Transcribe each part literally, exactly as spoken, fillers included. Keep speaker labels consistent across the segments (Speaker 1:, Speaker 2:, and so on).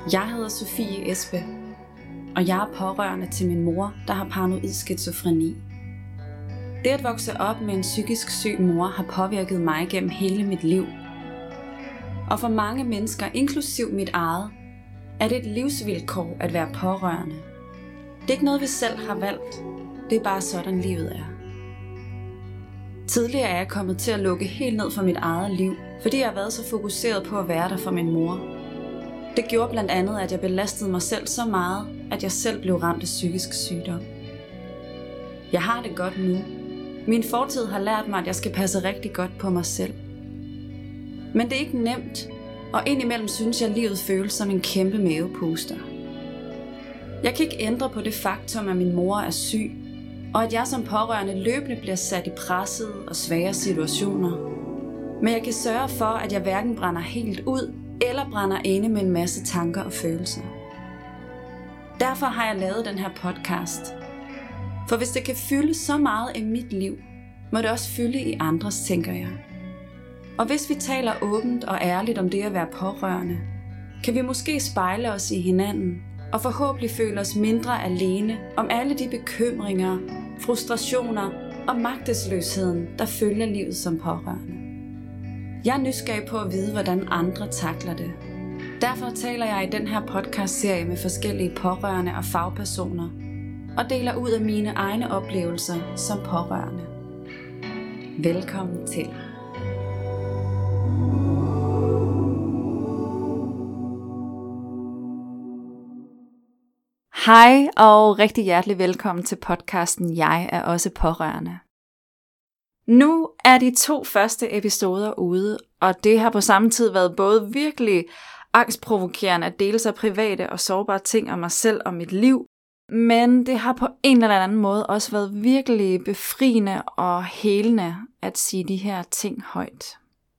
Speaker 1: Jeg hedder Sofie Espe, og jeg er pårørende til min mor, der har paranoid skizofreni. Det at vokse op med en psykisk syg mor har påvirket mig gennem hele mit liv. Og for mange mennesker, inklusiv mit eget, er det et livsvilkår at være pårørende. Det er ikke noget, vi selv har valgt. Det er bare sådan, livet er. Tidligere er jeg kommet til at lukke helt ned for mit eget liv, fordi jeg har været så fokuseret på at være der for min mor. Det gjorde blandt andet, at jeg belastede mig selv så meget, at jeg selv blev ramt af psykisk sygdom. Jeg har det godt nu. Min fortid har lært mig, at jeg skal passe rigtig godt på mig selv. Men det er ikke nemt, og indimellem synes jeg, at livet føles som en kæmpe mavepuster. Jeg kan ikke ændre på det faktum, at min mor er syg, og at jeg som pårørende løbende bliver sat i pressede og svære situationer. Men jeg kan sørge for, at jeg hverken brænder helt ud, eller brænder inde med en masse tanker og følelser. Derfor har jeg lavet den her podcast. For hvis det kan fylde så meget i mit liv, må det også fylde i andres, tænker jeg. Og hvis vi taler åbent og ærligt om det at være pårørende, kan vi måske spejle os i hinanden og forhåbentlig føle os mindre alene om alle de bekymringer, frustrationer og magtesløsheden, der følger livet som pårørende. Jeg er nysgerrig på at vide, hvordan andre takler det. Derfor taler jeg i den her podcastserie med forskellige pårørende og fagpersoner, og deler ud af mine egne oplevelser som pårørende. Velkommen til. Hej og rigtig hjertelig velkommen til podcasten Jeg er også pårørende. Nu er de to første episoder ude, og det har på samme tid været både virkelig angstprovokerende at dele sig private og sårbare ting om mig selv og mit liv, men det har på en eller anden måde også været virkelig befriende og helende at sige de her ting højt.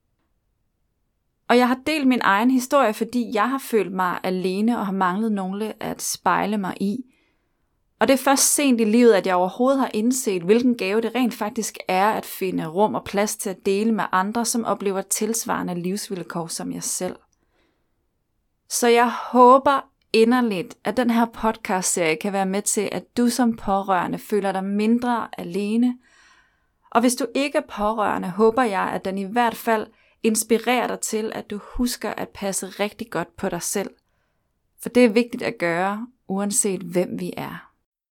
Speaker 1: Og jeg har delt min egen historie, fordi jeg har følt mig alene og har manglet nogle at spejle mig i. Og det er først sent i livet, at jeg overhovedet har indset, hvilken gave det rent faktisk er at finde rum og plads til at dele med andre, som oplever tilsvarende livsvilkår som jeg selv. Så jeg håber inderligt, at den her podcastserie kan være med til, at du som pårørende føler dig mindre alene. Og hvis du ikke er pårørende, håber jeg, at den i hvert fald inspirerer dig til, at du husker at passe rigtig godt på dig selv. For det er vigtigt at gøre, uanset hvem vi er.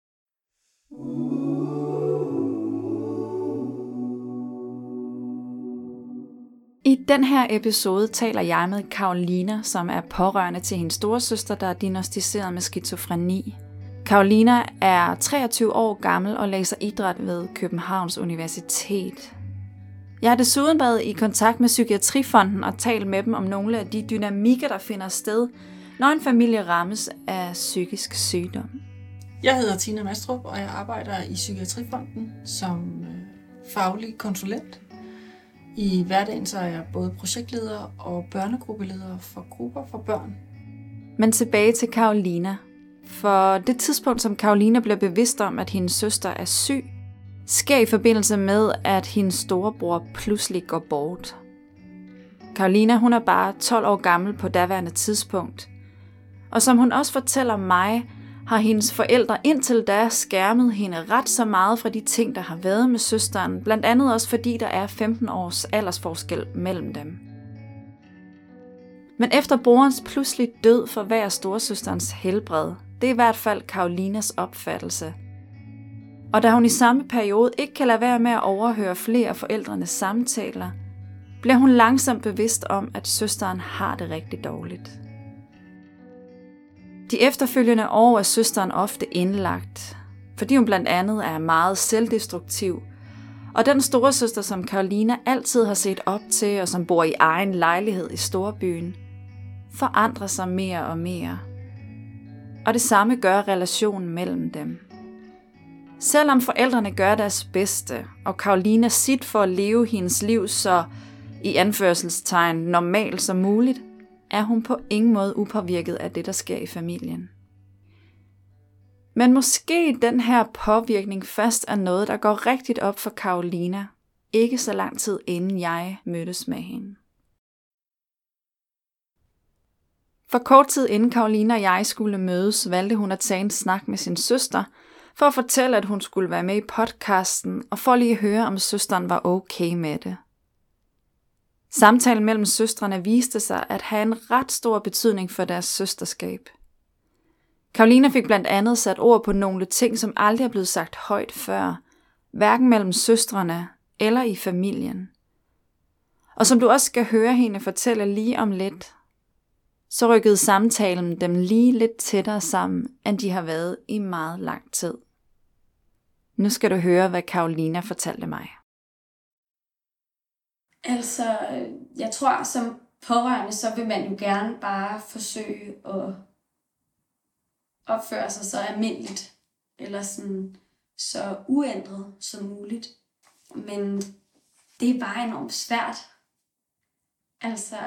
Speaker 1: I den her episode taler jeg med Karolina, som er pårørende til hendes storesøster, der er diagnosticeret med skizofreni. Karolina er treogtyve år gammel og læser idræt ved Københavns Universitet. Jeg har desuden været i kontakt med Psykiatrifonden og talt med dem om nogle af de dynamikker, der finder sted, når en familie rammes af psykisk sygdom.
Speaker 2: Jeg hedder Tina Mastrup, og jeg arbejder i Psykiatrifonden som faglig konsulent. I hverdagen så er jeg både projektleder og børnegruppeleder for grupper for børn.
Speaker 1: Men tilbage til Karolina. For det tidspunkt, som Karolina bliver bevidst om, at hendes søster er syg, sker i forbindelse med, at hendes storebror pludselig går bort. Karolina, hun er bare tolv år gammel på daværende tidspunkt. Og som hun også fortæller mig, har hendes forældre indtil da skærmet hende ret så meget fra de ting, der har været med søsteren, blandt andet også fordi der er femten års aldersforskel mellem dem. Men efter brorens pludselig død forværrer storesøsterens helbred. Det er i hvert fald Karolinas opfattelse. Og da hun i samme periode ikke kan lade være med at overhøre flere af forældrenes samtaler, bliver hun langsomt bevidst om, at søsteren har det rigtig dårligt. De efterfølgende år er søsteren ofte indlagt, fordi hun blandt andet er meget selvdestruktiv, og den storesøster, som Karolina altid har set op til, og som bor i egen lejlighed i storbyen, forandrer sig mere og mere. Og det samme gør relationen mellem dem. Selvom forældrene gør deres bedste, og Karolina sit for at leve hendes liv så, i anførselstegn, normalt som muligt, er hun på ingen måde upåvirket af det, der sker i familien. Men måske den her påvirkning først er noget, der går rigtigt op for Karolina, ikke så lang tid inden jeg mødtes med hende. For kort tid inden Caroline og jeg skulle mødes, valgte hun at tage en snak med sin søster, for at fortælle, at hun skulle være med i podcasten, og for lige at høre, om søsteren var okay med det. Samtalen mellem søstrene viste sig at have en ret stor betydning for deres søsterskab. Caroline fik blandt andet sat ord på nogle ting, som aldrig er blevet sagt højt før, hverken mellem søstrene eller i familien. Og som du også skal høre hende fortælle lige om lidt, så rykkede samtalen dem lige lidt tættere sammen, end de har været i meget lang tid. Nu skal du høre, hvad Caroline fortalte mig.
Speaker 3: Altså, jeg tror, som pårørende, så vil man jo gerne bare forsøge at opføre sig så almindeligt, eller sådan så uændret som muligt. Men det er bare enormt svært. Altså,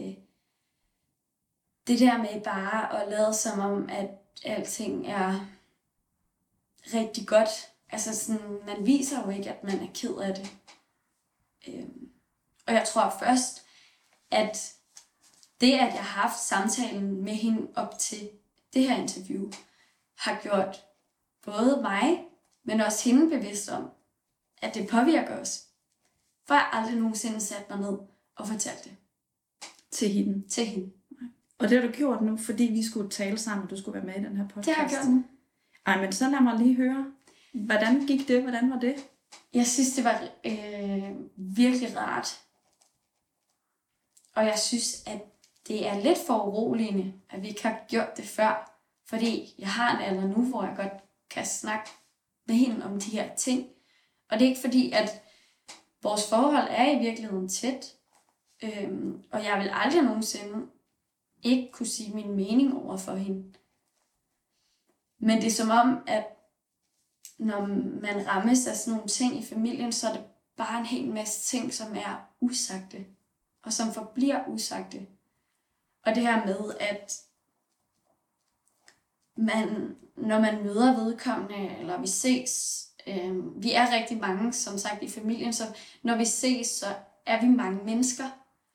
Speaker 3: det der med bare at lade som om, at alting er rigtig godt. Altså, sådan, man viser jo ikke, at man er ked af det. Og jeg tror først, at det, at jeg har haft samtalen med hende op til det her interview, har gjort både mig, men også hende bevidst om, at det påvirker os. For jeg har aldrig nogensinde sat mig ned og fortalt det.
Speaker 1: Til hende?
Speaker 3: Til hende.
Speaker 1: Og det har du gjort nu, fordi vi skulle tale sammen, og du skulle være med i den her podcast?
Speaker 3: Det har jeg gjort nu.
Speaker 1: Ej, men så lad mig lige høre. Hvordan gik det? Hvordan var det?
Speaker 3: Jeg synes, det var øh, virkelig rart. Og jeg synes, at det er lidt for uroligende, at vi ikke har gjort det før. Fordi jeg har en alder nu, hvor jeg godt kan snakke med hende om de her ting. Og det er ikke fordi, at vores forhold er i virkeligheden tæt. Øhm, og jeg vil aldrig nogensinde ikke kunne sige min mening over for hende. Men det er som om, at når man rammes af sådan nogle ting i familien, så er det bare en hel masse ting, som er usagte. Og som forbliver usagte. Og det her med, at man, når man møder vedkommende, eller vi ses, øh, vi er rigtig mange, som sagt, i familien, så når vi ses, så er vi mange mennesker.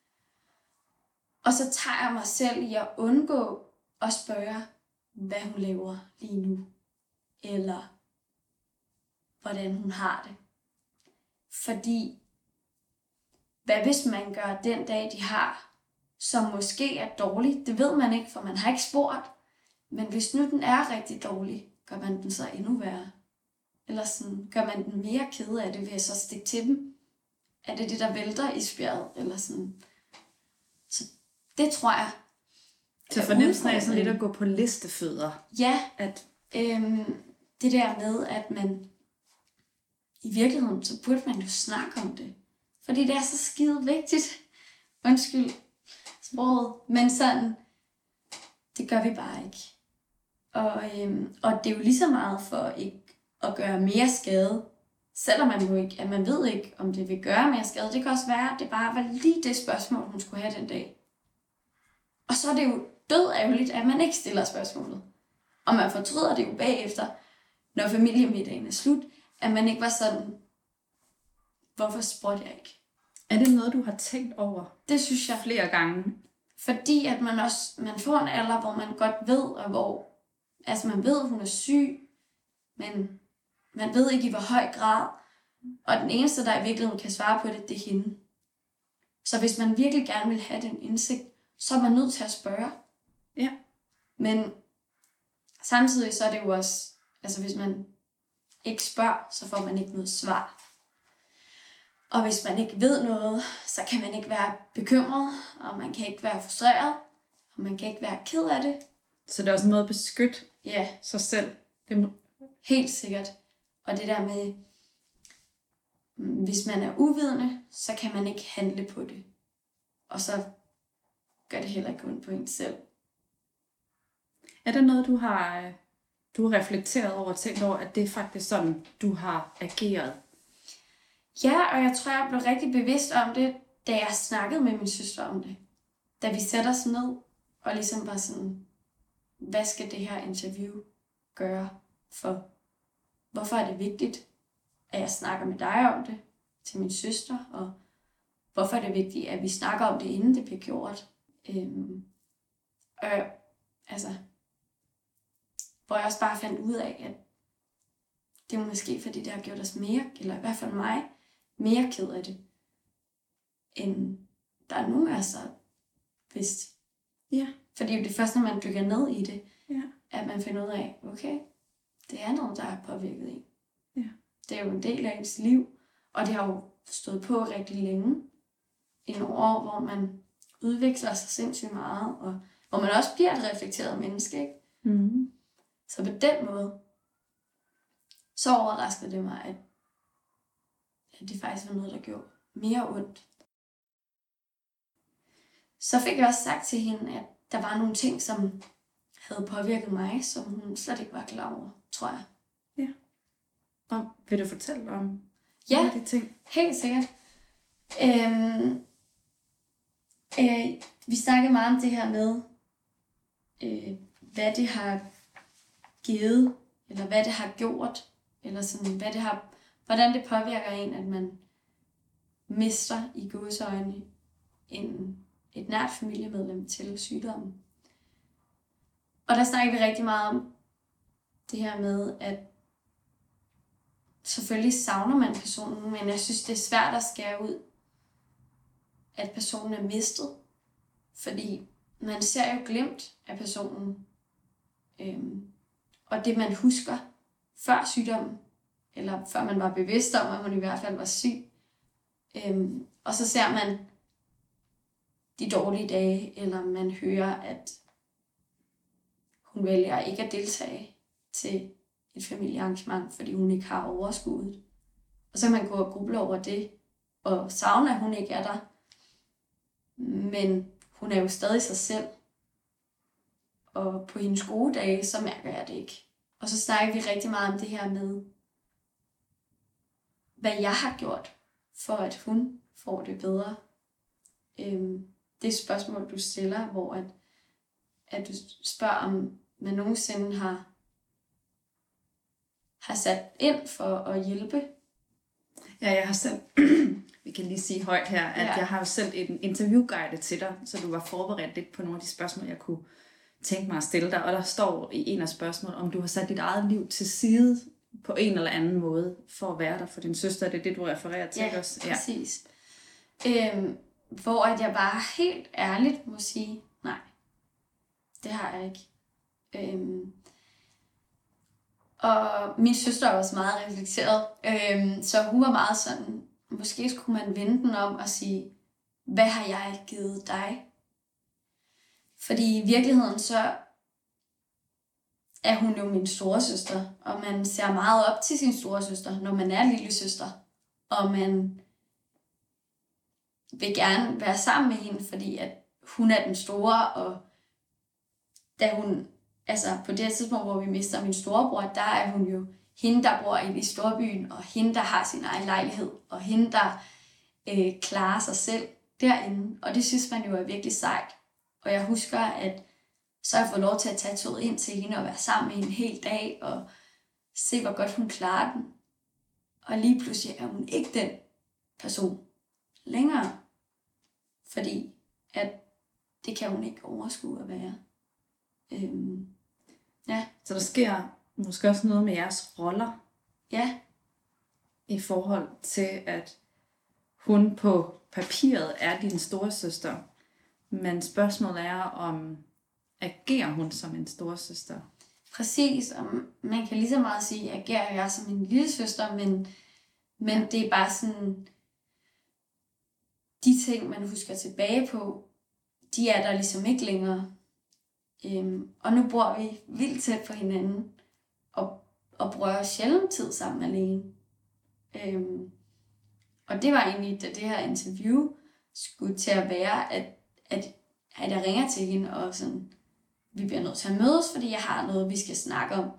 Speaker 3: Og så tager jeg mig selv i at undgå at spørge, hvad hun laver lige nu, eller hvordan hun har det. Fordi, hvad hvis man gør den dag, de har, som måske er dårlig? Det ved man ikke, for man har ikke spurgt. Men hvis nu den er rigtig dårlig, gør man den så endnu værre? Eller sådan, gør man den mere ked af det ved at så stikke til dem? Er det det, der vælter i spjæret? Eller sådan. Så det tror jeg.
Speaker 1: Så fornemmelsen af sådan lidt at gå på listefødder.
Speaker 3: Ja,
Speaker 1: at
Speaker 3: øhm, det der med, at man i virkeligheden, så burde man jo snakke om det. Fordi det er så skide vigtigt. Undskyld sproget. Men sådan, det gør vi bare ikke. Og, øhm, og det er jo lige så meget for ikke at gøre mere skade. Selvom man jo ikke, at man ved ikke, om det vil gøre mere skade. Det kan også være, at det bare var lige det spørgsmål, hun skulle have den dag. Og så er det jo død ærgerligt, at man ikke stiller spørgsmålet. Og man fortryder det jo bagefter, når familiemiddagen er slut, at man ikke var sådan, hvorfor spurgte jeg ikke?
Speaker 1: Er det noget, du har tænkt over?
Speaker 3: Det synes jeg.
Speaker 1: Flere gange.
Speaker 3: Fordi at man også, man får en alder, hvor man godt ved, og hvor, altså man ved, at hun er syg, men man ved ikke i hvor høj grad. Og den eneste, der i virkeligheden kan svare på det, det er hende. Så hvis man virkelig gerne vil have den indsigt, så er man nødt til at spørge.
Speaker 1: Ja.
Speaker 3: Men samtidig så er det jo også, altså hvis man ikke spørger, så får man ikke noget svar. Og hvis man ikke ved noget, så kan man ikke være bekymret, og man kan ikke være frustreret, og man kan ikke være ked af det.
Speaker 1: Så det er også en måde at beskytte
Speaker 3: ja.
Speaker 1: sig selv. Det må...
Speaker 3: Helt sikkert. Og det der med, hvis man er uvidende, så kan man ikke handle på det. Og så gør det heller ikke ondt på en selv.
Speaker 1: Er det noget, du har, du har reflekteret over og tænkt over, at det er faktisk sådan, du har ageret?
Speaker 3: Ja, og jeg tror, jeg blev rigtig bevidst om det, da jeg snakkede med min søster om det. Da vi satte os ned og ligesom var sådan, hvad skal det her interview gøre for? Hvorfor er det vigtigt, at jeg snakker med dig om det, til min søster, og hvorfor er det vigtigt, at vi snakker om det, inden det bliver gjort? Øhm, Øh, altså, hvor jeg også bare fandt ud af, at det er måske fordi, det har gjort os mere, eller i hvert fald mig, mere ked af det, end der er nogen af os, der vidst.
Speaker 1: Ja.
Speaker 3: Fordi det er først, når man dykker ned i det,
Speaker 1: Ja.
Speaker 3: at man finder ud af, okay, det er noget, der har påvirket en.
Speaker 1: Ja.
Speaker 3: Det er jo en del af ens liv, og det har jo stået på rigtig længe. I nogle år, hvor man udvikler sig sindssygt meget, og hvor man også bliver et reflekteret menneske, ikke?
Speaker 1: Mm.
Speaker 3: Så på den måde, så overraskede det mig, at, at det faktisk var noget, der gjorde mere ondt. Så fik jeg også sagt til hende, at der var nogle ting, som havde påvirket mig, som hun slet ikke var klar over, tror jeg.
Speaker 1: Ja. Og vil du fortælle om
Speaker 3: Ja,
Speaker 1: nogle af de ting?
Speaker 3: helt sikkert. Øhm, øh, vi snakkede meget om det her med, øh, hvad det har givet, eller hvad det har gjort, eller sådan, hvad det har, hvordan det påvirker en, at man mister i gåseøjne en, et nært familiemedlem til sygdommen. Og der snakker vi rigtig meget om det her med, at selvfølgelig savner man personen, men jeg synes, det er svært at skære ud, at personen er mistet. Fordi man ser jo glimt af personen. Øhm, og det, man husker før sygdommen, eller før man var bevidst om, at man i hvert fald var syg. Øhm, og så ser man de dårlige dage, eller man hører, at hun vælger ikke at deltage til et familiearrangement, fordi hun ikke har overskuddet. Og så kan man gå og gruble over det, og savne, at hun ikke er der. Men hun er jo stadig sig selv. Og på hendes gode dage, så mærker jeg det ikke. Og så snakker vi rigtig meget om det her med, hvad jeg har gjort, for at hun får det bedre. Øhm, det er et spørgsmål, du stiller, hvor at, at du spørger, om man nogensinde har, har sat ind for at hjælpe.
Speaker 1: Ja, jeg har selv, vi kan lige sige højt her, at
Speaker 3: Ja.
Speaker 1: jeg har jo selv en interviewguide til dig, så du var forberedt lidt på nogle af de spørgsmål, jeg kunne tænke mig at stille dig. Og der står i en af spørgsmål, om du har sat dit eget liv til side på en eller anden måde, for at være der for din søster. Det er det, du refererer til
Speaker 3: Ja,
Speaker 1: også.
Speaker 3: Ja, præcis. Øhm, hvor at jeg bare helt ærligt må sige, nej, det har jeg ikke. Øhm, og min søster er også meget reflekteret, øhm, så hun var meget sådan, måske skulle man vende den om og sige, hvad har jeg givet dig? Fordi i virkeligheden så er hun jo min storesøster, og man ser meget op til sin storesøster, når man er lille søster, og man vil gerne være sammen med hende, fordi at hun er den store, og da hun, altså på det tidspunkt, hvor vi mister min storebror, der er hun jo hende, der bor inde i storbyen, og hende, der har sin egen lejlighed, og hende, der øh, klarer sig selv derinde. Og det synes man jo er virkelig sejt. Og jeg husker, at så har jeg fået lov til at tage toget ind til hende og være sammen med hende en hel dag, og se, hvor godt hun klarer den. Og lige pludselig er hun ikke den person længere. Fordi at det kan hun ikke overskue at være. Øhm, ja.
Speaker 1: Så der sker måske også noget med jeres roller,
Speaker 3: Ja,
Speaker 1: i forhold til, at hun på papiret er din storesøster, men spørgsmålet er, om agerer hun som en storesøster?
Speaker 3: præcis. Og man kan lige så meget sige, at agerer jeg som en lille søster, men, men det er bare sådan, de ting, man husker tilbage på, de er der ligesom ikke længere. Øhm, og nu bor vi vildt tæt på hinanden, og, og bruger sjældent tid sammen alene. Øhm, og det var egentlig, da det her interview skulle til at være, at, at, at jeg ringer til hende, og sådan, vi bliver nødt til at mødes, fordi jeg har noget, vi skal snakke om.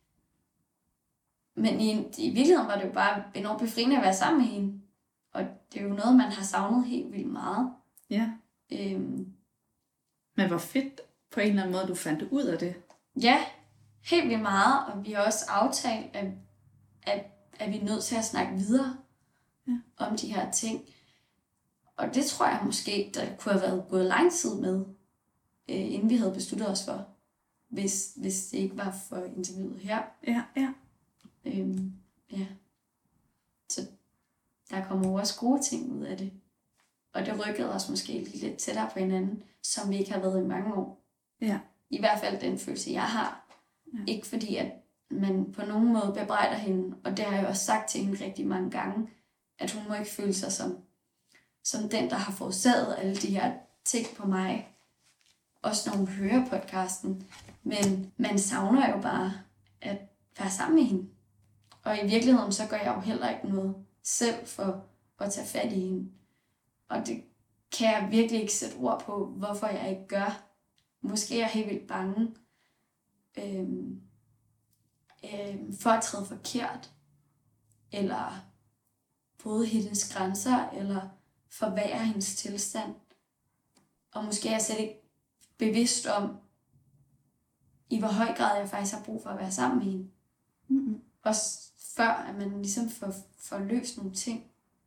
Speaker 3: Men i, i virkeligheden var det jo bare enormt befriende at være sammen med hende. Og det er jo noget, man har savnet helt vildt meget.
Speaker 1: Ja.
Speaker 3: Øhm,
Speaker 1: Men hvor fedt på en eller anden måde, du fandt ud af det.
Speaker 3: ja, helt vildt meget. Og vi har også aftalt, at, at, at vi er nødt til at snakke videre
Speaker 1: ja.
Speaker 3: om de her ting. Og det tror jeg måske, der kunne have været gået lang tid med. øh, inden vi havde besluttet os for, hvis, hvis det ikke var for interviewet her.
Speaker 1: Ja, ja.
Speaker 3: Øhm, ja. Så der kommer også gode ting ud af det. Og det rykkede os måske lidt tættere på hinanden, som vi ikke har været i mange år.
Speaker 1: Ja.
Speaker 3: I hvert fald den følelse, jeg har.
Speaker 1: Ja.
Speaker 3: Ikke fordi, at man på nogen måde bebrejder hende, og det har jeg også sagt til hende rigtig mange gange, at hun må ikke føle sig som, som den, der har forårsaget alle de her ting på mig. Også når hun hører podcasten. Men man savner jo bare at være sammen med hende. Og i virkeligheden, så gør jeg jo heller ikke noget selv for at tage fat i hende. Og det kan jeg virkelig ikke sætte ord på, hvorfor jeg ikke gør. Måske er jeg helt vildt bange øhm, øhm, for at træde forkert. Eller bryde hendes grænser, eller forværre hendes tilstand. Og måske er jeg slet ikke bevidst om, i hvor høj grad jeg faktisk har brug for at være sammen med hende.
Speaker 1: Mm-hmm.
Speaker 3: Også før, at man ligesom får, får løst nogle ting.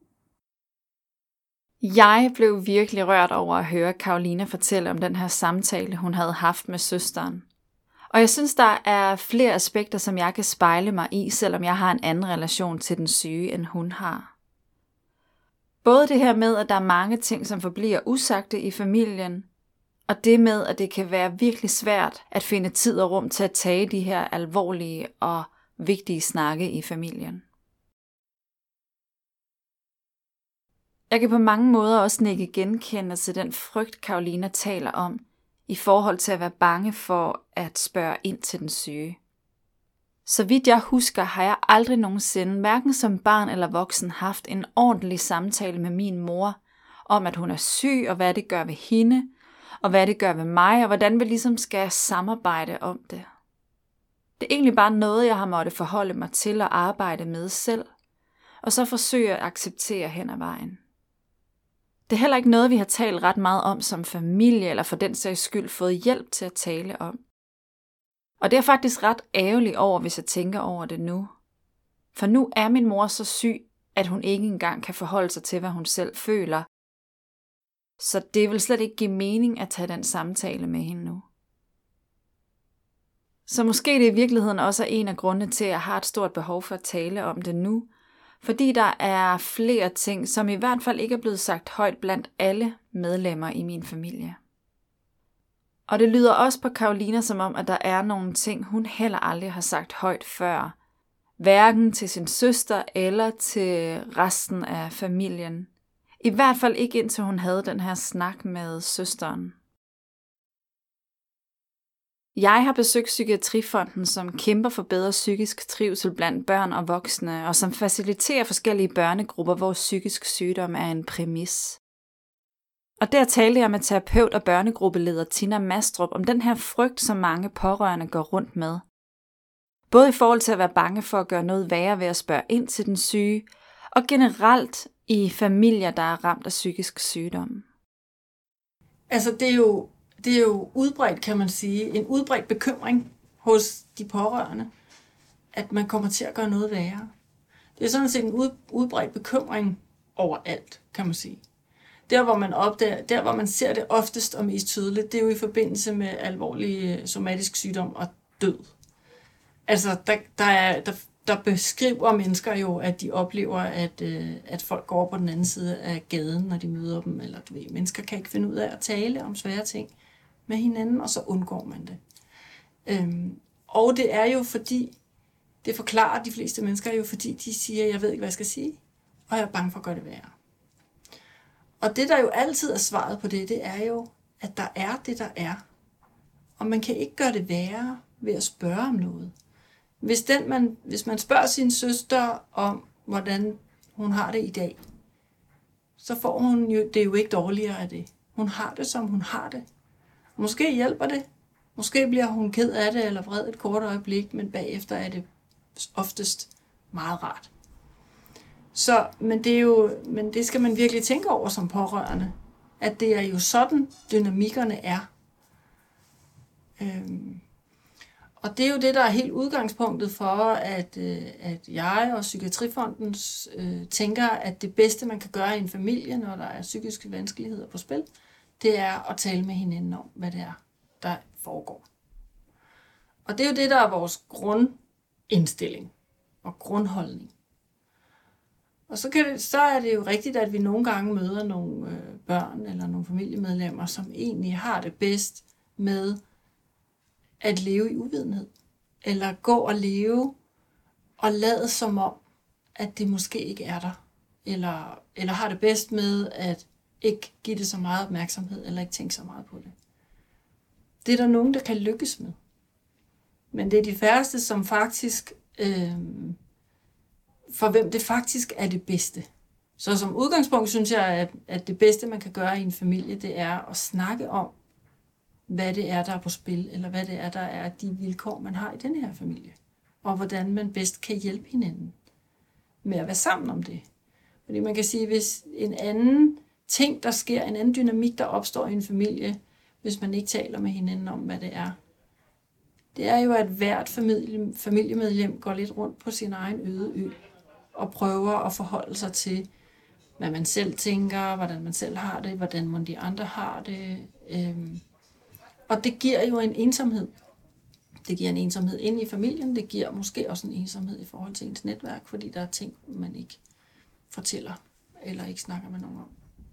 Speaker 4: Jeg blev virkelig rørt over at høre Caroline fortælle om den her samtale, hun havde haft med søsteren. Og jeg synes, der er flere aspekter, som jeg kan spejle mig i, selvom jeg har en anden relation til den syge, end hun har. Både det her med, at der er mange ting, som forbliver usagte i familien, og det med, at det kan være virkelig svært at finde tid og rum til at tage de her alvorlige og vigtige snakke i familien. Jeg kan på mange måder også nikke genkende til den frygt, Carolina taler om, i forhold til at være bange for at spørge ind til den syge. Så vidt jeg husker, har jeg aldrig nogensinde, hverken som barn eller voksen, haft en ordentlig samtale med min mor om, at hun er syg, og hvad det gør ved hende, og hvad det gør ved mig, og hvordan vi ligesom skal samarbejde om det. Det er egentlig bare noget, jeg har måttet forholde mig til og arbejde med selv, og så forsøge at acceptere hen ad vejen. Det er heller ikke noget, vi har talt ret meget om som familie, eller for den sags skyld fået hjælp til at tale om. Og det er faktisk ret ærgerligt over, hvis jeg tænker over det nu. For nu er min mor så syg, at hun ikke engang kan forholde sig til, hvad hun selv føler. Så det vil slet ikke give mening at tage den samtale med hende nu. Så måske det i virkeligheden også er en af grundene til, at jeg har et stort behov for at tale om det nu, fordi der er flere ting, som i hvert fald ikke er blevet sagt højt blandt alle medlemmer i min familie. Og det lyder også på Carolina som om, at der er nogle ting, hun heller aldrig har sagt højt før. Hverken til sin søster eller til resten af familien. I hvert fald ikke indtil hun havde den her snak med søsteren. Jeg har besøgt Psykiatrifonden, som kæmper for bedre psykisk trivsel blandt børn og voksne, og som faciliterer forskellige børnegrupper, hvor psykisk sygdom er en præmis. Og der talte jeg med terapeut og børnegruppeleder Tina Mastrup om den her frygt, som mange pårørende går rundt med. Både i forhold til at være bange for at gøre noget værre ved at spørge ind til den syge, og generelt i familier, der er ramt af psykisk sygdom.
Speaker 2: Altså det er jo, det er jo udbredt, kan man sige, en udbredt bekymring hos de pårørende, at man kommer til at gøre noget værre. Det er sådan set en udbredt bekymring overalt, kan man sige. Der hvor man opdager, der hvor man ser det oftest og mest tydeligt, det er jo i forbindelse med alvorlig somatisk sygdom og død. Altså der, der, er, der, der beskriver mennesker jo, at de oplever, at, øh, at folk går på den anden side af gaden, når de møder dem, eller du ved, mennesker kan ikke finde ud af at tale om svære ting med hinanden, og så undgår man det. Øhm, og det er jo fordi, det forklarer de fleste mennesker jo, fordi de siger, jeg ved ikke, hvad jeg skal sige, og jeg er bange for at gøre det værre. Og det, der jo altid er svaret på det, det er jo, at der er det, der er. Og man kan ikke gøre det værre ved at spørge om noget. Hvis, den, man, hvis man spørger sin søster om, hvordan hun har det i dag, så får hun jo, det er jo ikke dårligere af det. Hun har det, som hun har det. Måske hjælper det. Måske bliver hun ked af det, eller vred et kort øjeblik, men bagefter er det oftest meget rart. Så, men, det er jo, men det skal man virkelig tænke over som pårørende, at det er jo sådan, dynamikkerne er. Øhm, og det er jo det, der er helt udgangspunktet for, at, øh, at jeg og Psykiatrifonden øh, tænker, at det bedste, man kan gøre i en familie, når der er psykiske vanskeligheder på spil, det er at tale med hinanden om, hvad det er, der foregår. Og det er jo det, der er vores grundindstilling og grundholdning. Og så, kan det, så er det jo rigtigt, at vi nogle gange møder nogle øh, børn eller nogle familiemedlemmer, som egentlig har det bedst med at leve i uvidenhed. Eller gå og leve og lade som om, at det måske ikke er der. Eller, eller har det bedst med at ikke give det så meget opmærksomhed, eller ikke tænke så meget på det. Det er der nogen, der kan lykkes med. Men det er de færreste, som faktisk, øh, for hvem det faktisk er det bedste. Så som udgangspunkt synes jeg, at, at det bedste, man kan gøre i en familie, det er at snakke om, hvad det er, der er på spil, eller hvad det er, der er de vilkår, man har i den her familie. Og hvordan man bedst kan hjælpe hinanden med at være sammen om det. Fordi man kan sige, hvis en anden ting, der sker, en anden dynamik, der opstår i en familie, hvis man ikke taler med hinanden om, hvad det er, det er jo, at hvert familie, familiemedlem går lidt rundt på sin egen øde ø, og prøver at forholde sig til, hvad man selv tænker, hvordan man selv har det, hvordan man de andre har det. Øhm, og det giver jo en ensomhed. Det giver en ensomhed inde i familien, det giver måske også en ensomhed i forhold til ens netværk, fordi der er ting, man ikke fortæller, eller ikke snakker med nogen om.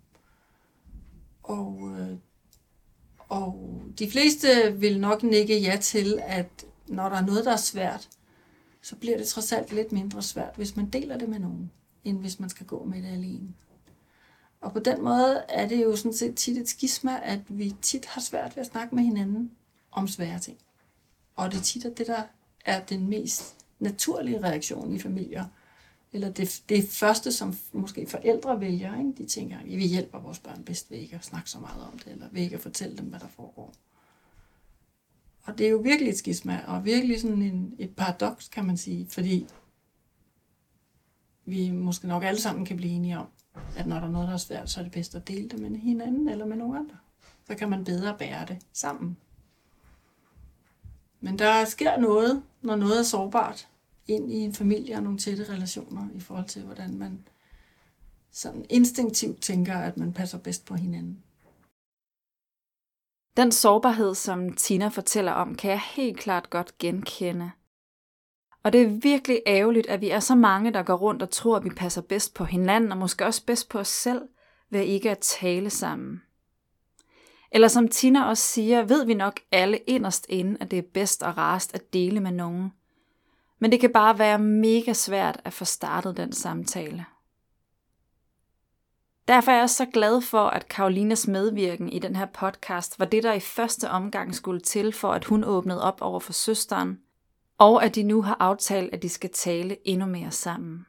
Speaker 2: Og, øh, og de fleste vil nok nikke ja til, at når der er noget, der er svært, så bliver det trods alt lidt mindre svært, hvis man deler det med nogen, end hvis man skal gå med det alene. Og på den måde er det jo sådan set tit et skisma, at vi tit har svært ved at snakke med hinanden om svære ting. Og det er tit det, der er den mest naturlige reaktion i familier. Eller det, det første, som måske forældre vælger. Ikke? De tænker, at vi hjælper vores børn bedst ved ikke at snakke så meget om det, eller ved ikke at fortælle dem, hvad der foregår. Og det er jo virkelig et skisma, og virkelig sådan en, et paradoks, kan man sige. Fordi vi måske nok alle sammen kan blive enige om, at når der er noget, der er svært, så er det bedst at dele det med hinanden eller med nogen andre. Så kan man bedre bære det sammen. Men der sker noget, når noget er sårbart ind i en familie og nogle tætte relationer i forhold til, hvordan man sådan instinktivt tænker, at man passer bedst på hinanden.
Speaker 4: Den sårbarhed, som Tina fortæller om, kan jeg helt klart godt genkende. Og det er virkelig ærgerligt, at vi er så mange, der går rundt og tror, at vi passer bedst på hinanden, og måske også bedst på os selv, ved ikke at tale sammen. Eller som Tina også siger, ved vi nok alle inderst inde, at det er bedst og rarest at dele med nogen. Men det kan bare være mega svært at få startet den samtale. Derfor er jeg også så glad for, at Karolinas medvirken i den her podcast var det, der i første omgang skulle til, for at hun åbnede op over for søsteren, og at de nu har aftalt, at de skal tale endnu mere sammen.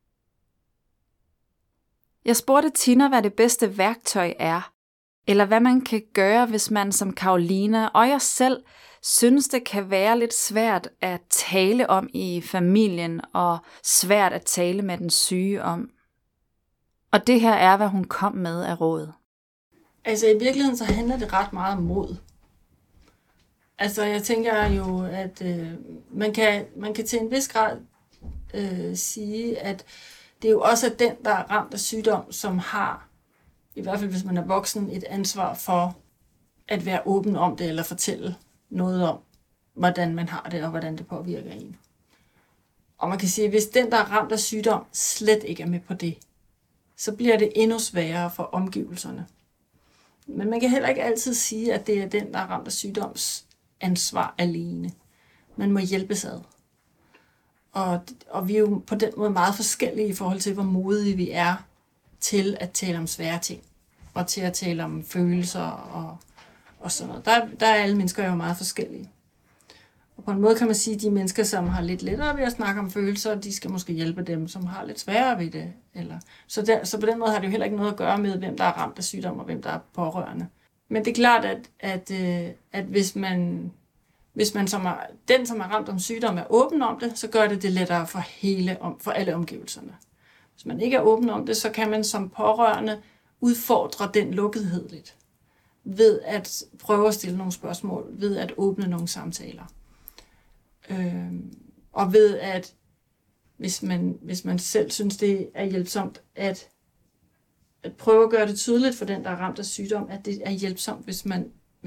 Speaker 4: Jeg spurgte Tina, hvad det bedste værktøj er, eller hvad man kan gøre, hvis man som Karolina og jeg selv synes, det kan være lidt svært at tale om i familien, og svært at tale med den syge om. Og det her er, hvad hun kom med af råd.
Speaker 2: Altså i virkeligheden så handler det ret meget om mod. Altså jeg tænker jo, at øh, man, kan, man kan til en vis grad øh, sige, at det er jo også den, der er ramt af sygdom, som har, i hvert fald hvis man er voksen, et ansvar for at være åben om det, eller fortælle noget om, hvordan man har det, og hvordan det påvirker en. Og man kan sige, at hvis den, der er ramt af sygdom, slet ikke er med på det, så bliver det endnu sværere for omgivelserne. Men man kan heller ikke altid sige, at det er den, der er ramt af sygdoms ansvar alene. Man må hjælpes ad. Og, og vi er jo på den måde meget forskellige i forhold til, hvor modige vi er til at tale om svære ting. Og til at tale om følelser og, og sådan noget. Der, der er alle mennesker jo meget forskellige. Og på en måde kan man sige, at de mennesker, som har lidt lettere ved at snakke om følelser, de skal måske hjælpe dem, som har lidt sværere ved det. Eller, så, der, så på den måde har det jo heller ikke noget at gøre med, hvem der er ramt af sygdom og hvem der er pårørende. Men det er klart, at, at, at hvis man, hvis man som er, den, som er ramt om sygdom, er åben om det, så gør det det lettere for, hele, for alle omgivelserne. Hvis man ikke er åben om det, så kan man som pårørende udfordre den lukkethed lidt. Ved at prøve at stille nogle spørgsmål, ved at åbne nogle samtaler. Øh, og ved at, hvis man, hvis man selv synes, det er hjælpsomt, at, at prøve at gøre det tydeligt for den, der er ramt af sygdom, at det er hjælpsomt, hvis man,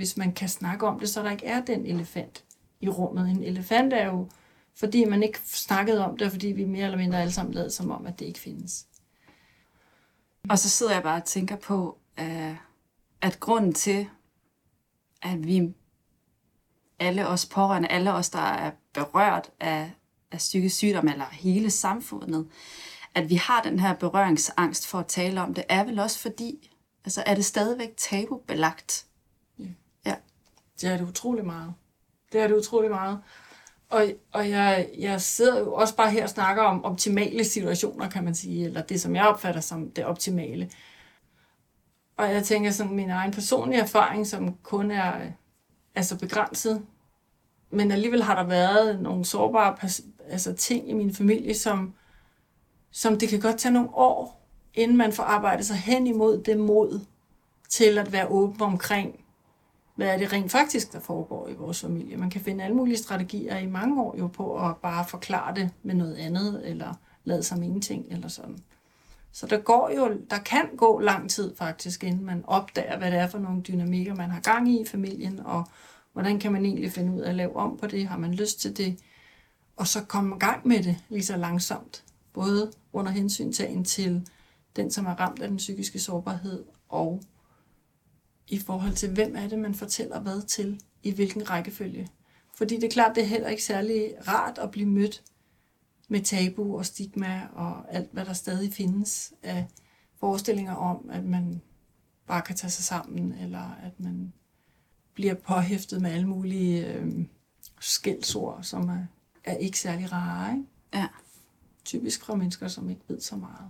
Speaker 2: hvis man kan snakke om det, så der ikke er den elefant i rummet. En elefant er jo, fordi man ikke snakkede om det, fordi vi mere eller mindre alle sammen lavede som om, at det ikke findes.
Speaker 1: Og så sidder jeg bare og tænker på, at grunden til, at vi alle os pårørende, alle os, der er berørt af, af psykisk sygdom, eller hele samfundet, at vi har den her berøringsangst for at tale om det, er vel også fordi, altså er det stadigvæk tabubelagt?
Speaker 2: Ja.
Speaker 1: Ja.
Speaker 2: Det er det utrolig meget. Det er det utrolig meget. Og, og jeg, jeg sidder jo også bare her og snakker om optimale situationer, kan man sige, eller det, som jeg opfatter som det optimale. Og jeg tænker sådan, min egen personlige erfaring, som kun er altså begrænset, men alligevel har der været nogle sårbare altså ting i min familie, som, som det kan godt tage nogle år, inden man får arbejdet sig hen imod det mod til at være åben omkring, hvad er det rent faktisk, der foregår i vores familie. Man kan finde alle mulige strategier i mange år jo på at bare forklare det med noget andet, eller lade som ingenting, eller sådan. Så der går jo, der kan gå lang tid faktisk, inden man opdager, hvad det er for nogle dynamikker, man har gang i i familien, og hvordan kan man egentlig finde ud af at lave om på det, har man lyst til det, og så komme i gang med det lige så langsomt, både under hensyntagen til den, som er ramt af den psykiske sårbarhed, og i forhold til, hvem er det, man fortæller hvad til, i hvilken rækkefølge. Fordi det er klart, det er heller ikke særlig rart at blive mødt med tabu og stigma og alt, hvad der stadig findes af forestillinger om, at man bare kan tage sig sammen, eller at man bliver påhæftet med alle mulige øh, skældsord, som er, er ikke særlig rare. Ikke?
Speaker 1: Ja.
Speaker 2: Typisk fra mennesker, som ikke ved så meget.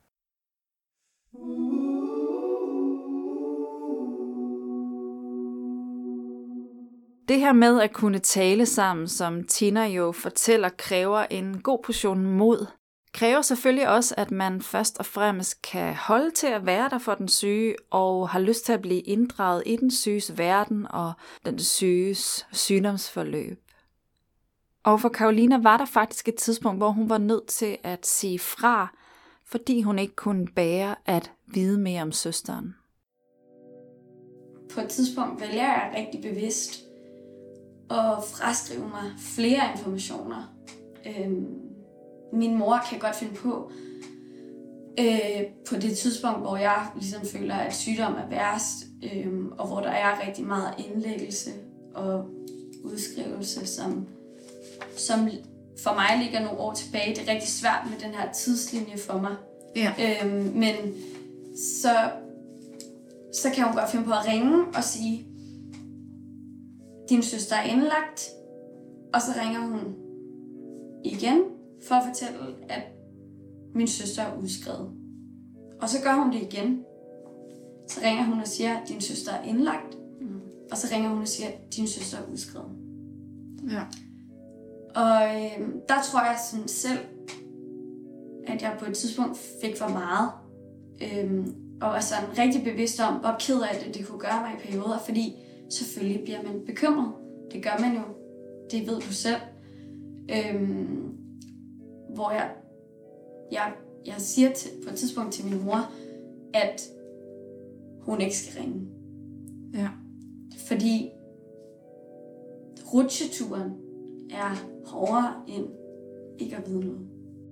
Speaker 4: Det her med at kunne tale sammen, som Tina jo fortæller, kræver en god portion mod. Kræver selvfølgelig også, at man først og fremmest kan holde til at være der for den syge, og har lyst til at blive inddraget i den syges verden og den syges sygdomsforløb. Og for Karolina var der faktisk et tidspunkt, hvor hun var nødt til at sige fra, fordi hun ikke kunne bære at vide mere om søsteren.
Speaker 3: På et tidspunkt vælger jeg rigtig bevidst at fraskrive mig flere informationer. Øhm, min mor kan godt finde på, øh, på det tidspunkt, hvor jeg ligesom føler, at sygdom er værst, øh, og hvor der er rigtig meget indlæggelse og udskrivelse, som, som for mig ligger nogle år tilbage. Det er rigtig svært med den her tidslinje for mig.
Speaker 1: Ja.
Speaker 3: Øhm, men så, så kan hun godt finde på at ringe og sige, din søster er indlagt, og så ringer hun igen for at fortælle, at min søster er udskrevet. Og så gør hun det igen. Så ringer hun og siger, at din søster er indlagt, mm. og så ringer hun og siger, at din søster er udskrevet.
Speaker 1: Ja.
Speaker 3: Og øh, der tror jeg sådan selv, at jeg på et tidspunkt fik for meget. Øhm, og var sådan rigtig bevidst om, hvor ked af det, det kunne gøre mig i perioder, fordi selvfølgelig bliver man bekymret. Det gør man jo. Det ved du selv. Øhm, hvor jeg, jeg, jeg siger til, på et tidspunkt til min mor, at hun ikke skal ringe.
Speaker 1: Ja.
Speaker 3: Fordi rutsjeturen er hårdere end ikke at vide noget.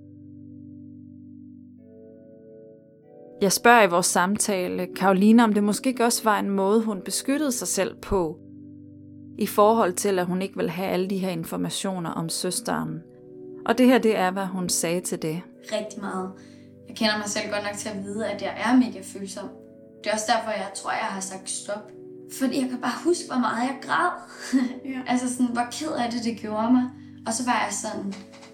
Speaker 4: Jeg spørger i vores samtale Karolina, om det måske ikke også var en måde, hun beskyttede sig selv på, i forhold til, at hun ikke vil have alle de her informationer om søsteren. Og det her, det er, hvad hun sagde til det.
Speaker 3: Rigtig meget. Jeg kender mig selv godt nok til at vide, at jeg er mega følsom. Det er også derfor, jeg tror, jeg har sagt stop. Fordi jeg kan bare huske, hvor meget jeg græd. Ja. Altså sådan, hvor ked af det, det gjorde mig. Og så var jeg sådan,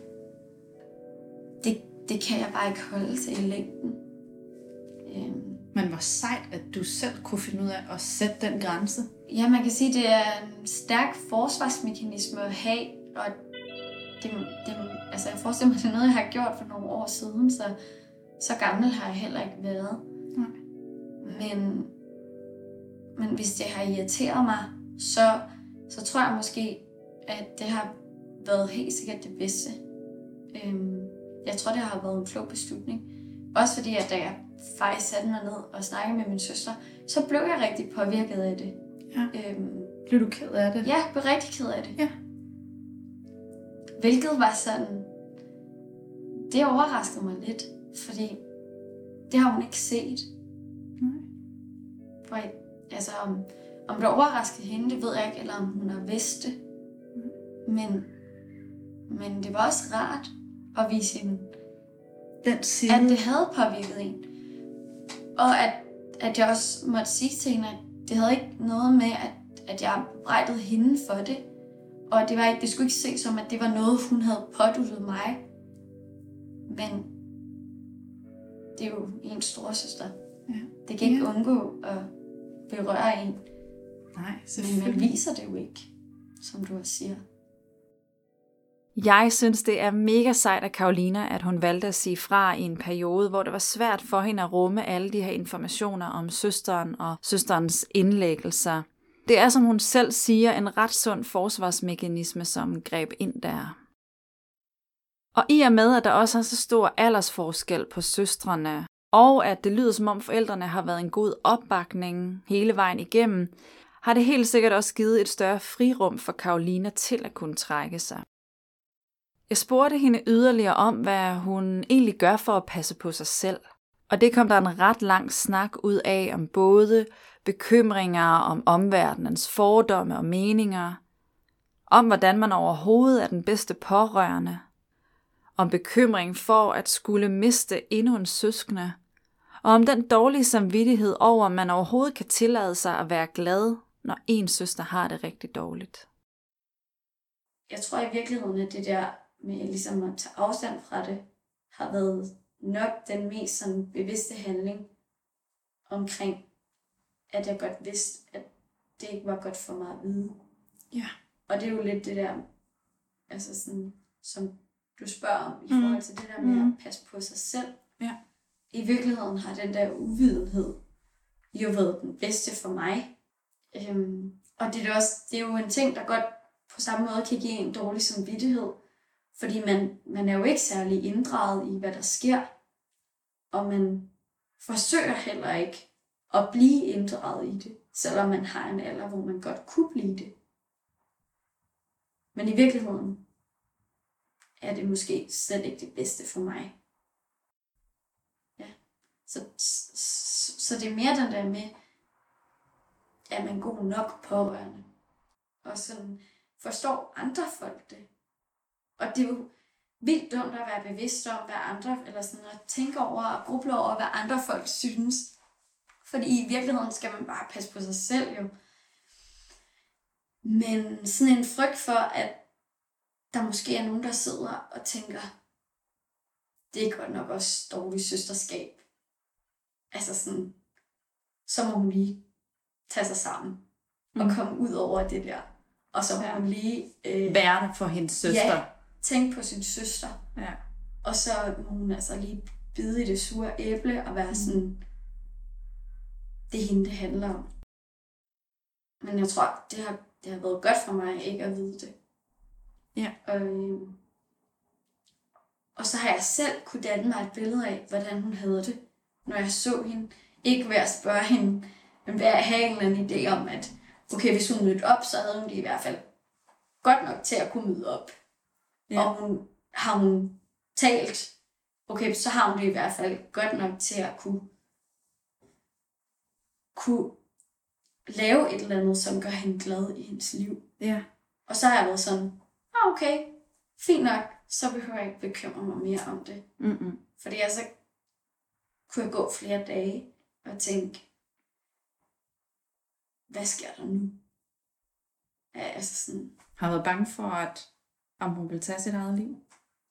Speaker 3: det, det kan jeg bare ikke holde til i længden. Øhm.
Speaker 1: Men hvor sejt, at du selv kunne finde ud af at sætte den grænse.
Speaker 3: Ja, man kan sige, det er en stærk forsvarsmekanisme at have. Og det, det, altså jeg forestiller mig, det er noget, jeg har gjort for nogle år siden, så, så gammel har jeg heller ikke været.
Speaker 1: Nej.
Speaker 3: Men, men hvis det har irriteret mig, så, så tror jeg måske, at det har været helt sikkert det bedste. Øhm, jeg tror, det har været en klog beslutning. Også fordi, at da jeg faktisk satte mig ned og snakkede med min søster, så blev jeg rigtig påvirket af det.
Speaker 2: Ja.
Speaker 3: Øhm,
Speaker 2: Blev du ked af det?
Speaker 3: ja, jeg blev rigtig ked af det.
Speaker 2: Ja.
Speaker 3: Hvilket var sådan, det overraskede mig lidt, fordi det har hun ikke set.
Speaker 2: Nej.
Speaker 3: For, altså, om, om det overraskede hende, det ved jeg ikke, eller om hun har vidst det. Men, men det var også rart at vise hende,
Speaker 2: Den side.
Speaker 3: at det havde påvirket en. Og at, at jeg også måtte sige til hende, at det havde ikke noget med, at, at jeg bræjdede hende for det. Og det, var ikke, det skulle ikke ses som, at det var noget, hun havde påduttet mig. Men det er jo ens storesøster.
Speaker 2: Ja.
Speaker 3: Det kan ikke
Speaker 2: Ja.
Speaker 3: undgå at berøre en.
Speaker 2: Nej,
Speaker 3: Men man
Speaker 2: selvfølgelig.
Speaker 3: viser det jo ikke, som du også siger.
Speaker 4: Jeg synes, det er mega sejt af Karolina, at hun valgte at sige fra i en periode, hvor det var svært for hende at rumme alle de her informationer om søsteren og søsterens indlæggelser. Det er, som hun selv siger, en ret sund forsvarsmekanisme, som greb ind der. Og i og med, at der også er så stor aldersforskel på søstrene, og at det lyder som om forældrene har været en god opbakning hele vejen igennem, har det helt sikkert også givet et større frirum for Karolina til at kunne trække sig. Jeg spurgte hende yderligere om, hvad hun egentlig gør for at passe på sig selv. Og det kom der en ret lang snak ud af om både bekymringer om omverdenens fordomme og meninger, om hvordan man overhovedet er den bedste pårørende, om bekymring for at skulle miste endnu en søskende, og om den dårlige samvittighed over, at man overhovedet kan tillade sig at være glad, når en søster har det rigtig dårligt.
Speaker 3: Jeg tror i virkeligheden, at det der med ligesom at tage afstand fra det, har været nok den mest sådan bevidste handling omkring, at jeg godt vidste, at det ikke var godt for mig at vide.
Speaker 2: Ja.
Speaker 3: Og det er jo lidt det der, altså sådan, som du spørger om, i
Speaker 2: Mm.
Speaker 3: forhold til det der med
Speaker 2: Mm.
Speaker 3: at passe på sig selv.
Speaker 2: Ja.
Speaker 3: I virkeligheden har den der uvidenhed jo været den bedste for mig. Øhm, og det er, også, det er jo en ting, der godt på samme måde kan give en dårlig samvittighed. Fordi man, man er jo ikke særlig inddraget i, hvad der sker. Og man forsøger heller ikke at blive inddraget i det, selvom man har en alder, hvor man godt kunne blive det. Men i virkeligheden er det måske slet ikke det bedste for mig. Ja. Så, så, så det er mere den der med, er man god nok pårørende? Og sådan forstår andre folk det? Og det er jo vildt dumt at være bevidst om, hvad andre, eller sådan at tænke over og gruble over, hvad andre folk synes. Fordi i virkeligheden skal man bare passe på sig selv jo. Men sådan en frygt for, at der måske er nogen, der sidder og tænker, det er godt nok også dårligt søsterskab. Altså sådan, så må hun lige tage sig sammen og
Speaker 2: Mm.
Speaker 3: komme ud over det der. Og så må
Speaker 2: Ja.
Speaker 3: hun lige øh,
Speaker 2: Være der for hendes søster.
Speaker 3: Ja, tænke på sin søster.
Speaker 2: Ja.
Speaker 3: Og så må hun altså lige bide i det sure æble og være mm. sådan, det er hende, det handler om. Men jeg tror, det har, det har været godt for mig ikke at vide det.
Speaker 2: Ja.
Speaker 3: Og, øh, og så har jeg selv kunne danne mig et billede af, hvordan hun havde det, når jeg så hende. Ikke ved at spørge hende, men ved at have en eller anden idé om, at okay, hvis hun mødte op, så havde hun det i hvert fald godt nok til at kunne møde op.
Speaker 2: Ja.
Speaker 3: Og hun, har hun talt, okay, så har hun det i hvert fald godt nok til at kunne, kunne lave et eller andet, som gør hende glad i hendes liv.
Speaker 2: Ja.
Speaker 3: Og så har jeg været sådan, ah, okay, fint nok, så behøver jeg ikke bekymre mig mere om det.
Speaker 2: Mm-mm.
Speaker 3: Fordi jeg så kunne jeg gå flere dage og tænke, hvad sker der nu? Ja, altså sådan,
Speaker 2: Har været bange for, at om hun vil tage sit eget liv.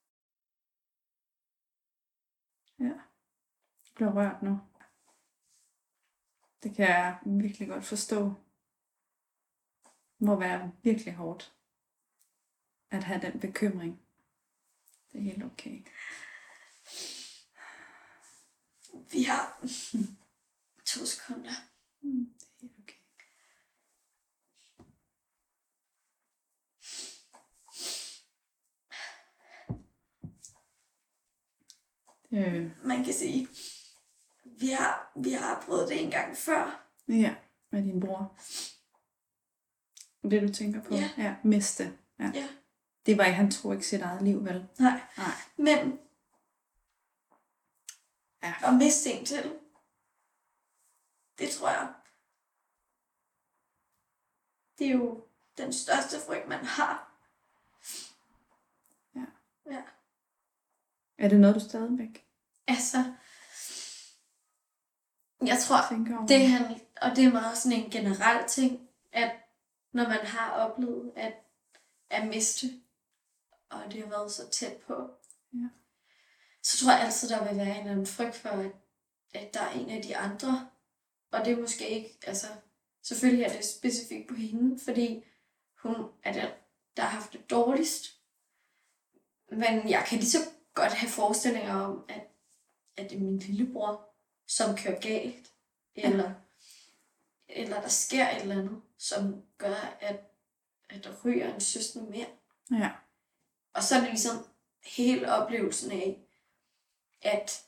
Speaker 2: Ja. Jeg bliver rørt nu. Det kan jeg virkelig godt forstå. Det må være virkelig hårdt at have den bekymring. Det er helt okay.
Speaker 3: vi har to sekunder.
Speaker 2: Mm, det er helt okay. Øh,
Speaker 3: Man kan sige, vi har, vi har prøvet det en gang før.
Speaker 2: ja, med din bror.
Speaker 1: Det du tænker på?
Speaker 3: Ja.
Speaker 1: Ja, miste. Ja.
Speaker 3: Ja.
Speaker 1: Det var, han tog ikke sit eget liv, vel?
Speaker 3: Nej.
Speaker 1: Nej.
Speaker 3: Men
Speaker 1: Ja.
Speaker 3: at miste en til, det tror jeg, det er jo den største frygt, man har.
Speaker 1: Ja.
Speaker 3: Ja.
Speaker 1: Er det noget, du stadigvæk
Speaker 3: Altså, jeg tror,
Speaker 1: tænker over?
Speaker 3: det han, og det er meget sådan en generel ting, at når man har oplevet at, at miste, og det har været så tæt på,
Speaker 1: Ja.
Speaker 3: så tror jeg altid, der vil være en eller anden frygt for, at, at der er en af de andre, og det er måske ikke, altså, selvfølgelig er det specifikt på hende, fordi hun er den, der har haft det dårligst. Men jeg kan lige så godt have forestillinger om, at, at det er min lillebror, som kører galt, eller, ja. eller der sker et eller andet, som gør, at, at der ryger en søster mere.
Speaker 1: Ja.
Speaker 3: Og så er det ligesom hele oplevelsen af, at,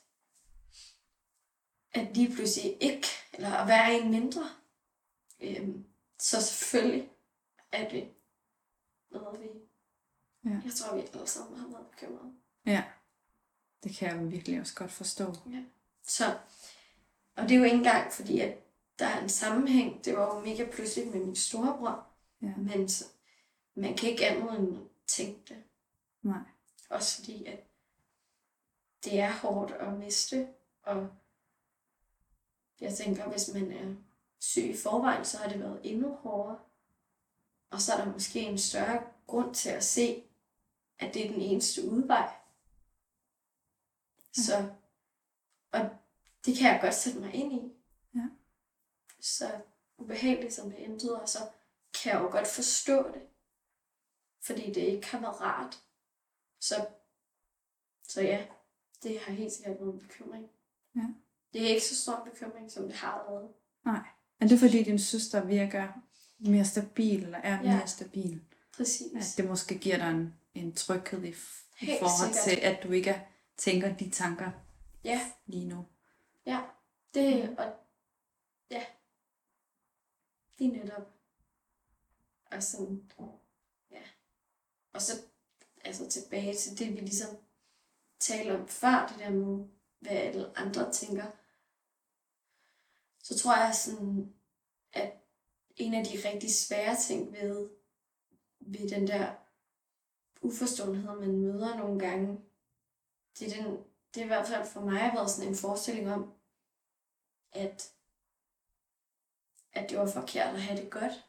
Speaker 3: at lige pludselig ikke, eller at være en mindre. Øhm, så selvfølgelig er det noget, vi...
Speaker 1: Ja.
Speaker 3: Jeg tror, vi alle sammen har været bekymrede.
Speaker 1: Ja. Det kan jeg virkelig også godt forstå.
Speaker 3: Ja. Så, og det er jo ikke engang, fordi at der er en sammenhæng. Det var jo mega pludseligt med min storebror.
Speaker 1: Ja.
Speaker 3: Men så, man kan ikke andet end tænke det.
Speaker 1: Nej.
Speaker 3: Også fordi, at det er hårdt at miste. Og jeg tænker, hvis man er syg i forvejen, så har det været endnu hårdere. Og så er der måske en større grund til at se, at det er den eneste udvej.
Speaker 1: Ja.
Speaker 3: Så, og det kan jeg godt sætte mig ind i.
Speaker 1: Ja.
Speaker 3: Så ubehageligt som det endte, og så kan jeg jo godt forstå det. Fordi det ikke har været rart. Så, så ja, det har helt sikkert været en bekymring.
Speaker 1: Ja.
Speaker 3: Det er ikke så stor en bekymring, som det har været.
Speaker 1: Nej. Er det fordi din søster virker mere stabil, eller er
Speaker 3: Ja.
Speaker 1: mere stabil?
Speaker 3: Præcis.
Speaker 1: At det måske giver dig en, en tryghed i, i
Speaker 3: Helt
Speaker 1: forhold
Speaker 3: sikkert.
Speaker 1: til, at du ikke er- tænker de tanker
Speaker 3: Ja,
Speaker 1: lige nu.
Speaker 3: ja. Det, og ja. Det er netop. Og sådan, ja. Og så, altså tilbage til det, vi ligesom talte om før, det der med, hvad alle andre tænker. Så tror jeg sådan, at en af de rigtig svære ting ved, ved den der uforståenhed, man møder nogle gange, det er, den, det er i hvert fald for mig har været sådan en forestilling om, at, at det var forkert at have det godt.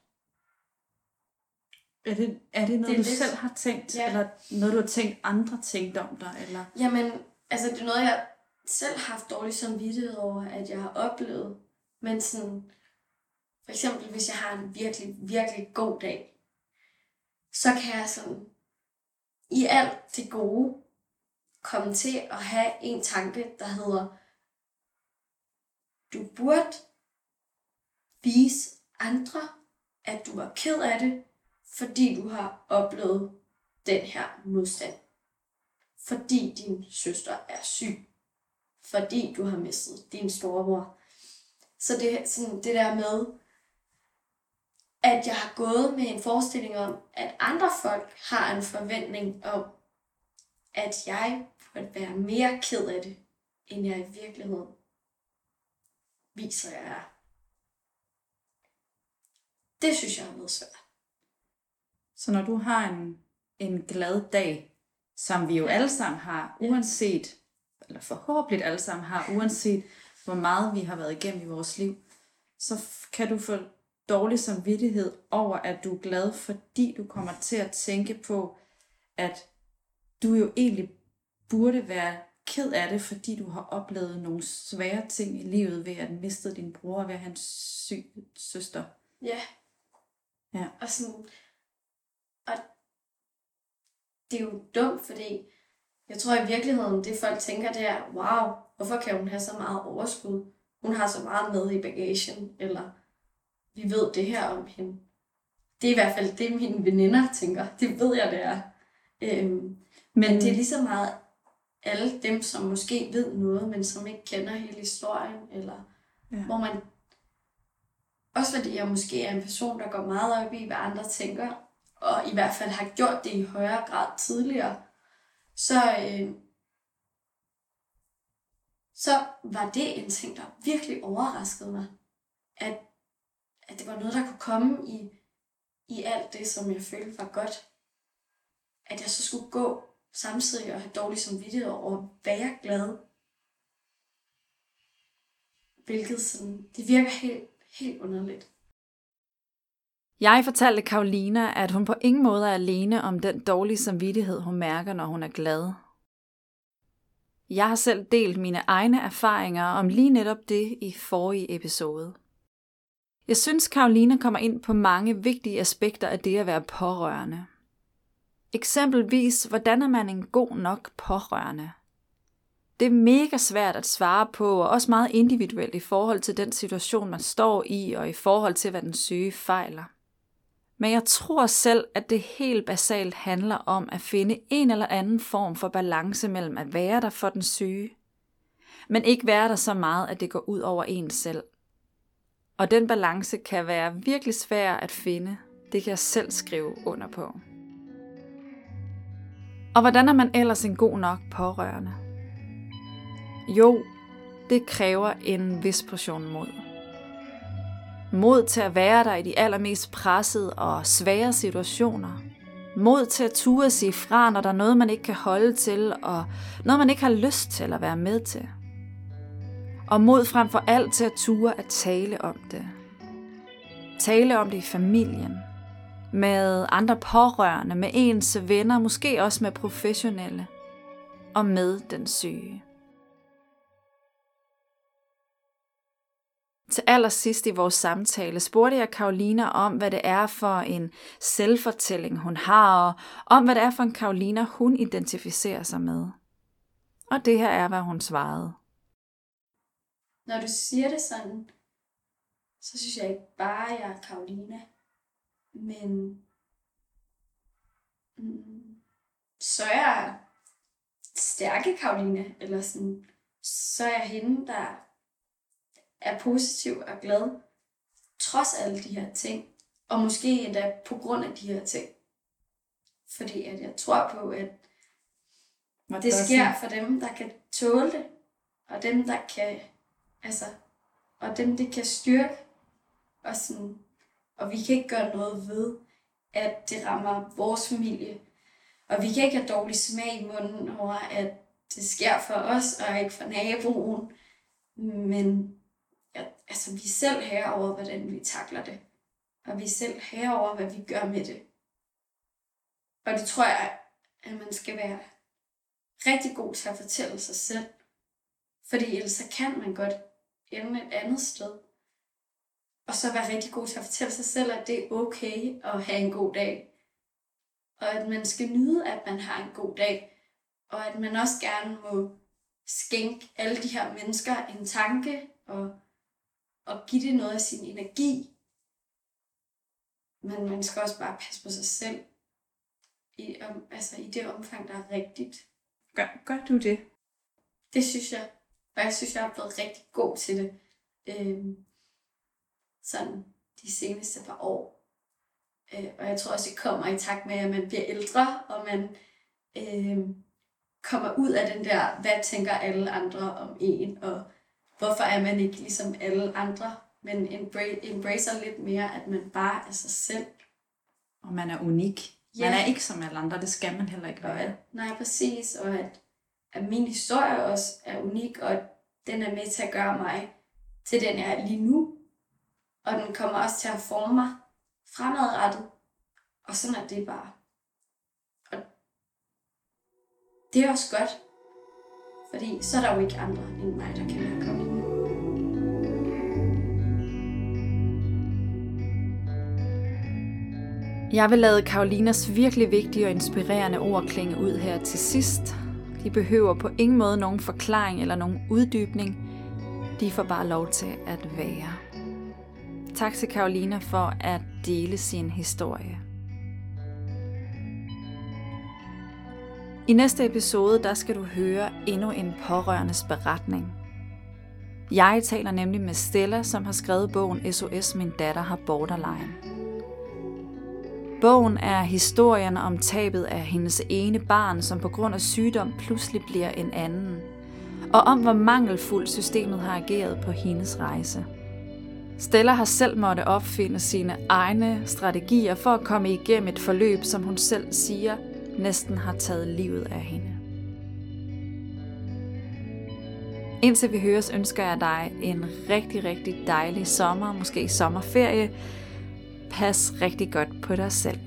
Speaker 1: Er det, er det noget,
Speaker 3: Det er
Speaker 1: du
Speaker 3: lidt-
Speaker 1: selv har tænkt?
Speaker 3: Ja.
Speaker 1: Eller noget, du har tænkt, andre tænkt om dig? Eller?
Speaker 3: Jamen, altså det er noget, jeg selv har haft dårlig samvittighed over, at jeg har oplevet. Men sådan, for eksempel hvis jeg har en virkelig, virkelig god dag, så kan jeg sådan, i alt det gode, komme til at have en tanke, der hedder, du burde vise andre, at du er ked af det, fordi du har oplevet den her modstand. Fordi din søster er syg. Fordi du har mistet din storebror. Så det er sådan det der med, at jeg har gået med en forestilling om, at andre folk har en forventning om, at jeg burde være mere ked af det, end jeg i virkeligheden viser, jeg er. Det synes jeg er noget svært.
Speaker 1: Så når du har en, en glad dag, som vi jo
Speaker 3: Ja.
Speaker 1: alle sammen har,
Speaker 3: Ja.
Speaker 1: uanset, eller forhåbentlig alle sammen har, uanset hvor meget vi har været igennem i vores liv, så f- kan du få dårlig samvittighed over, at du er glad, fordi du kommer til at tænke på, at du jo egentlig burde være ked af det, fordi du har oplevet nogle svære ting i livet ved at miste din bror og ved at have en syg søster.
Speaker 3: Ja.
Speaker 1: Ja.
Speaker 3: Og sådan, og det er jo dumt, fordi jeg tror i virkeligheden, det folk tænker, det er, wow, hvorfor kan hun have så meget overskud? Hun har så meget med i bagagen, eller vi ved det her om hende. Det er i hvert fald det, mine veninder tænker. Det ved jeg, det er. Øhm, men det er lige så meget alle dem, som måske ved noget, men som ikke kender hele historien, eller
Speaker 1: Ja.
Speaker 3: hvor man Også fordi jeg måske er en person, der går meget op i, hvad andre tænker, og i hvert fald har gjort det i højere grad tidligere, så, øh, så var det en ting, der virkelig overraskede mig. At, at det var noget, der kunne komme i, i alt det, som jeg følte var godt. At jeg så skulle gå samtidig og have dårlig samvittighed over at være glad. Hvilket sådan, det virker helt, helt underligt.
Speaker 4: Jeg fortalte Karolina, at hun på ingen måde er alene om den dårlige samvittighed, hun mærker, når hun er glad. Jeg har selv delt mine egne erfaringer om lige netop det i forrige episode. Jeg synes, Karolina kommer ind på mange vigtige aspekter af det at være pårørende. Eksempelvis, hvordan er man en god nok pårørende? Det er mega svært at svare på, og også meget individuelt i forhold til den situation, man står i, og i forhold til, hvad den syge fejler. Men jeg tror selv, at det helt basalt handler om at finde en eller anden form for balance mellem at være der for den syge, men ikke være der så meget, at det går ud over en selv. Og den balance kan være virkelig svær at finde. Det kan jeg selv skrive under på. Og hvordan er man ellers en god nok pårørende? Jo, det kræver en vis portion mod. Mod til at være der i de allermest pressede og svære situationer. Mod til at ture sige fra, når der er noget, man ikke kan holde til, og noget, man ikke har lyst til at være med til. Og mod frem for alt til at ture at tale om det. Tale om det i familien, med andre pårørende, med ens venner, måske også med professionelle, og med den syge. Til allersidst i vores samtale spurgte jeg Karolina om, hvad det er for en selvfortælling, hun har, og om hvad det er for en Karolina, hun identificerer sig med. Og det her er, hvad hun svarede.
Speaker 3: Når du siger det sådan, så synes jeg ikke bare, at jeg er Karolina, men mm, så er jeg stærke Karolina, eller sådan, så er jeg hende, der er positiv og glad, trods alle de her ting, og måske endda på grund af de her ting. Fordi at jeg tror på, at det sker for dem, der kan tåle det, og dem, der kan, altså, og dem, det kan styrke, og sådan, og vi kan ikke gøre noget ved, at det rammer vores familie, og vi kan ikke have dårlig smag i munden over, at det sker for os, og ikke for naboen, men ja, altså, vi er selv herre over, hvordan vi takler det. Og vi er selv herre over, hvad vi gør med det. Og det tror jeg, at man skal være rigtig god til at fortælle sig selv. Fordi ellers så kan man godt ende et andet sted. Og så være rigtig god til at fortælle sig selv, at det er okay at have en god dag. Og at man skal nyde, at man har en god dag. Og at man også gerne må skænke alle de her mennesker en tanke og og give det noget af sin energi. Men man skal også bare passe på sig selv, i, om, altså i det omfang, der er rigtigt.
Speaker 1: Gør, gør du det?
Speaker 3: Det synes jeg, og jeg synes, jeg er blevet rigtig god til det. Øhm, sådan de seneste par år. Øh, og jeg tror også, det kommer i takt med, at man bliver ældre, og man øh, kommer ud af den der, hvad tænker alle andre om en, og hvorfor er man ikke ligesom alle andre, men embracer lidt mere, at man bare er sig selv.
Speaker 1: Og man er unik.
Speaker 3: Ja.
Speaker 1: Man er ikke som alle andre, det skal man heller ikke være.
Speaker 3: At, nej, præcis, og at, at min historie også er unik, og at den er med til at gøre mig til den, jeg er lige nu. Og den kommer også til at forme mig fremadrettet. Og sådan er det bare. Og det er også godt, fordi så er der jo ikke andre end mig, der kan være Karolina.
Speaker 4: Jeg vil lade Karolinas virkelig vigtige og inspirerende ord klinge ud her til sidst. De behøver på ingen måde nogen forklaring eller nogen uddybning. De får bare lov til at være. Tak til Karolina for at dele sin historie. I næste episode, der skal du høre endnu en pårørendes beretning. Jeg taler nemlig med Stella, som har skrevet bogen S O S Min datter har borderline. Bogen er historien om tabet af hendes ene barn, som på grund af sygdom pludselig bliver en anden, og om hvor mangelfuldt systemet har ageret på hendes rejse. Stella har selv måtte opfinde sine egne strategier for at komme igennem et forløb, som hun selv siger, næsten har taget livet af hende. Indtil vi høres, ønsker jeg dig en rigtig, rigtig dejlig sommer, måske sommerferie. Pas rigtig godt på dig selv.